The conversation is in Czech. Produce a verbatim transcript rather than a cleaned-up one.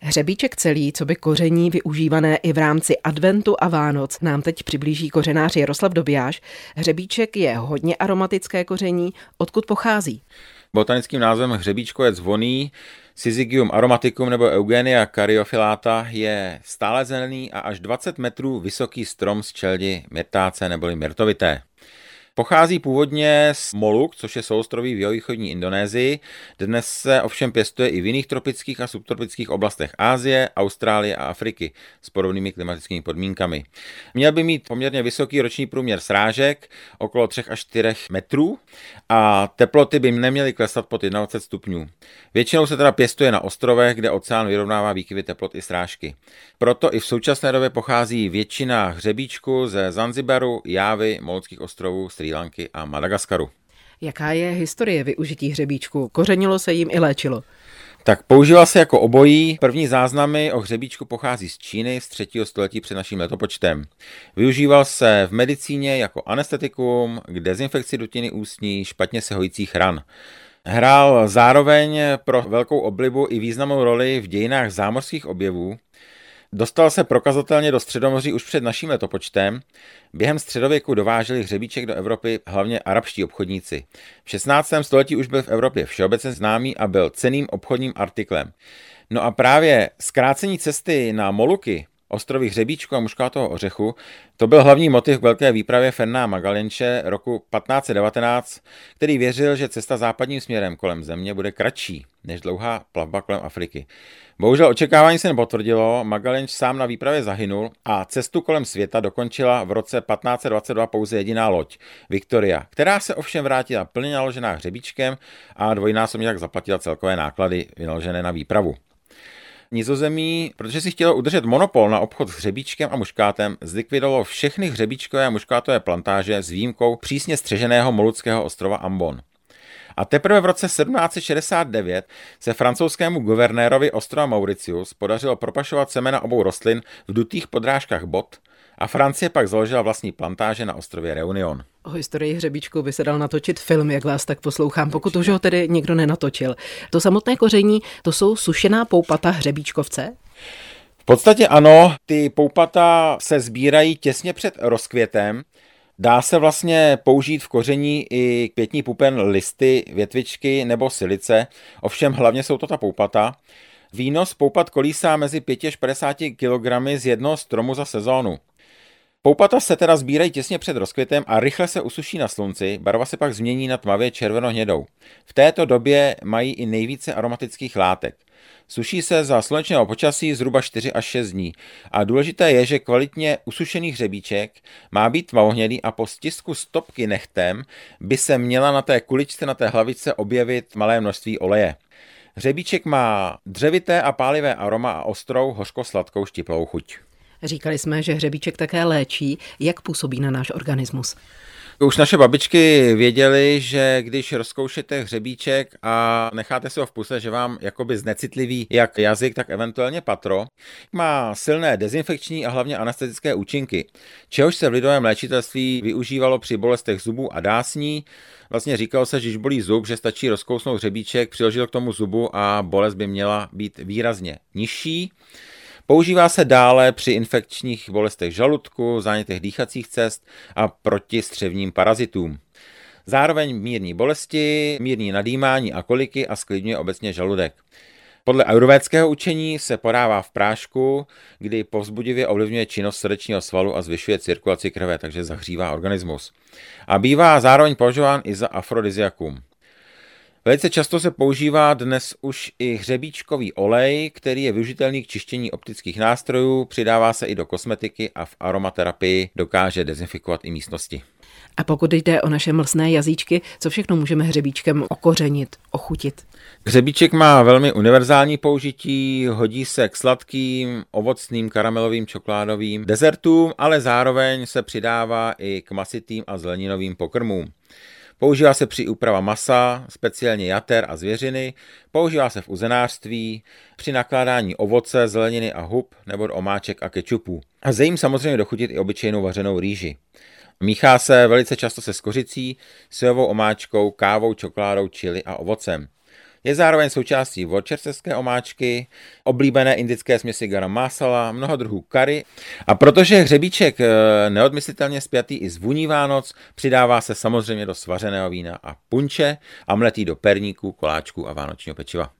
Hřebíček celý, co by koření využívané i v rámci adventu a Vánoc, nám teď přiblíží kořenář Jaroslav Dobijáš. Hřebíček je hodně aromatické koření. Odkud pochází? Botanickým názvem hřebíčkovec voný, Syzygium aromaticum nebo Eugenia caryophyllata, je stále zelený a až dvacet metrů vysoký strom z čeledi myrtáce neboli myrtovité. Pochází původně z Moluk, což je souostroví v jihovýchodní Indonésii. Dnes se ovšem pěstuje i v jiných tropických a subtropických oblastech Asie, Austrálie a Afriky s podobnými klimatickými podmínkami. Měl by mít poměrně vysoký roční průměr srážek, okolo tři až čtyři metrů, a teploty by neměly klesat pod dvacet stupňů. Většinou se teda pěstuje na ostrovech, kde oceán vyrovnává výkyvy teplot i srážky. Proto i v současné době pochází většina hřebíčku ze Zanzibaru, Jávy, Moluckých ostrovů, Srí Lanky a Madagaskaru. Jaká je historie využití hřebíčku? Kořenilo se jim i léčilo? Tak používal se jako obojí. První záznamy o hřebíčku pochází z Číny z třetího století před naším letopočtem. Využíval se v medicíně jako anestetikum, k dezinfekci dutiny ústní, špatně se hojících ran. Hrál zároveň pro velkou oblibu i významnou roli v dějinách zámořských objevů. Dostal se prokazatelně do Středomoří už před naším letopočtem. Během středověku dováželi hřebíček do Evropy hlavně arabští obchodníci. V šestnáctém století už byl v Evropě všeobecně známý a byl cenným obchodním artiklem. No a právě zkrácení cesty na Moluky, ostrovy hřebíčku a muškátového ořechu, to byl hlavní motiv k velké výpravě Ferdinanda Magellanče roku patnáct set devatenáct, který věřil, že cesta západním směrem kolem země bude kratší než dlouhá plavba kolem Afriky. Bohužel očekávání se nepotvrdilo, Magellanč sám na výpravě zahynul a cestu kolem světa dokončila v roce patnáct set dvacet dva pouze jediná loď, Victoria, která se ovšem vrátila plně naložená hřebíčkem a dvojnásobně tak zaplatila celkové náklady vynaložené na výpravu. Nizozemí, protože si chtělo udržet monopol na obchod s hřebíčkem a muškátem, zlikvidovalo všechny hřebíčkové a muškátové plantáže s výjimkou přísně střeženého moluckého ostrova Ambon. A teprve v roce sedmnáct set šedesát devět se francouzskému guvernérovi ostrova Mauritius podařilo propašovat semena obou rostlin v dutých podrážkách bot a Francie pak založila vlastní plantáže na ostrově Reunion. O historii hřebíčku by se dal natočit film, jak vás tak poslouchám, pokud už ho tedy někdo nenatočil. To samotné koření, to jsou sušená poupata hřebíčkovce? V podstatě ano, ty poupata se sbírají těsně před rozkvětem. Dá se vlastně použít v koření i květní pupen, listy, větvičky nebo silice, ovšem hlavně jsou to ta poupata. Výnos poupat kolísá mezi pět až padesát kilogramů z jednoho stromu za sezónu. Poupata se teda sbírají těsně před rozkvětem a rychle se usuší na slunci, barva se pak změní na tmavě červenohnědou. V této době mají i nejvíce aromatických látek. Suší se za slunečného počasí zhruba čtyři až šest dní a důležité je, že kvalitně usušený hřebíček má být tmavohnědý a po stisku stopky nehtem by se měla na té kuličce, na té hlavičce objevit malé množství oleje. Hřebíček má dřevité a pálivé aroma a ostrou, hořko-sladkou štiplou chuť. Říkali jsme, že hřebíček také léčí. Jak působí na náš organismus? Už naše babičky věděly, že když rozkoušete hřebíček a necháte si ho v puse, že vám jakoby znecitliví jak jazyk, tak eventuálně patro. Má silné dezinfekční a hlavně anestetické účinky, čehož se v lidovém léčitelství využívalo při bolestech zubů a dásní. Vlastně říkalo se, že když bolí zub, že stačí rozkousnout hřebíček, přiložil k tomu zubu a bolest by měla být výrazně nižší. Používá se dále při infekčních bolestech žaludku, zánětech dýchacích cest a proti střevním parazitům. Zároveň mírní bolesti, mírní nadýmání a koliky a sklidňuje obecně žaludek. Podle ajurvédského učení se podává v prášku, kdy povzbudivě ovlivňuje činnost srdečního svalu a zvyšuje cirkulaci krve, takže zahřívá organismus. A bývá zároveň považován i za afrodiziakum. Velice často se používá dnes už i hřebíčkový olej, který je využitelný k čištění optických nástrojů, přidává se i do kosmetiky a v aromaterapii dokáže dezinfikovat i místnosti. A pokud jde o naše mlsné jazyčky, co všechno můžeme hřebíčkem okořenit, ochutit? Hřebíček má velmi univerzální použití, hodí se k sladkým, ovocným, karamelovým, čokoládovým dezertům, ale zároveň se přidává i k masitým a zeleninovým pokrmům. Používá se při úprava masa, speciálně jater a zvěřiny, používá se v uzenářství, při nakládání ovoce, zeleniny a hub nebo do omáček a kečupů. A lze jim samozřejmě dochutit i obyčejnou vařenou rýži. Míchá se velice často se skořicí, sojovou omáčkou, kávou, čokoládou, chili a ovocem. Je zároveň součástí worcesterské omáčky, oblíbené indické směsi garam masala, mnoho druhů curry. A protože je hřebíček neodmyslitelně spjatý i s vůní Vánoc, přidává se samozřejmě do svařeného vína a punče a mletý do perníků, koláčků a vánočního pečiva.